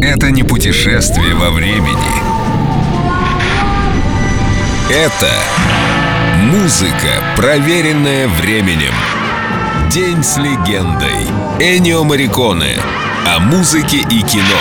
Это не путешествие во времени. Это музыка, проверенная временем. День с легендой. Эннио Морриконе. О музыке и кино.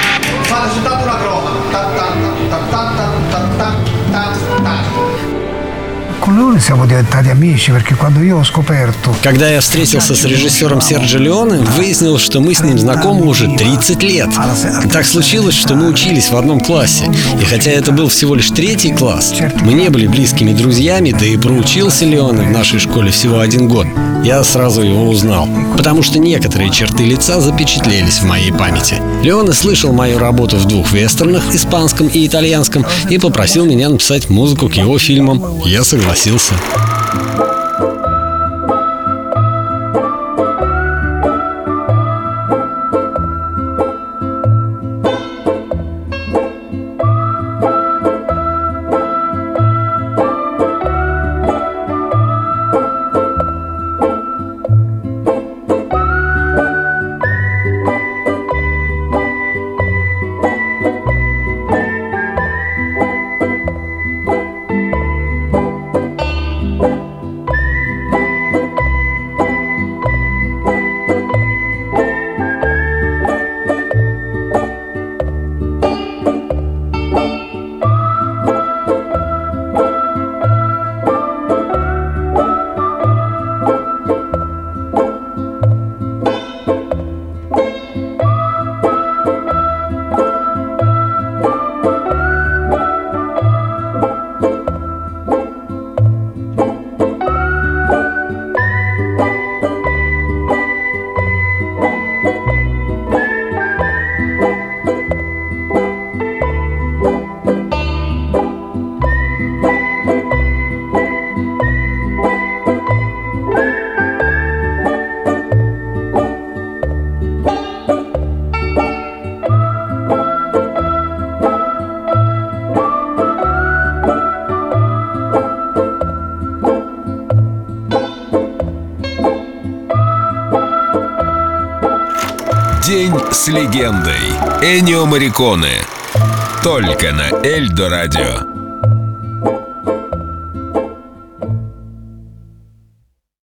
Когда я встретился с режиссером Серджио Леоне, выяснилось, что мы с ним знакомы уже 30 лет. Так случилось, что мы учились в одном классе. И хотя это был всего лишь 3-й класс, мы не были близкими друзьями, да и проучился Леоне в нашей школе всего 1 год. Я сразу его узнал, потому что некоторые черты лица запечатлелись в моей памяти. Леоне слышал мою работу в 2 вестернах, испанском и итальянском, и попросил меня написать музыку к его фильмам. Я согласился. День с легендой. Эннио Морриконе. Только на Эльдо Радио.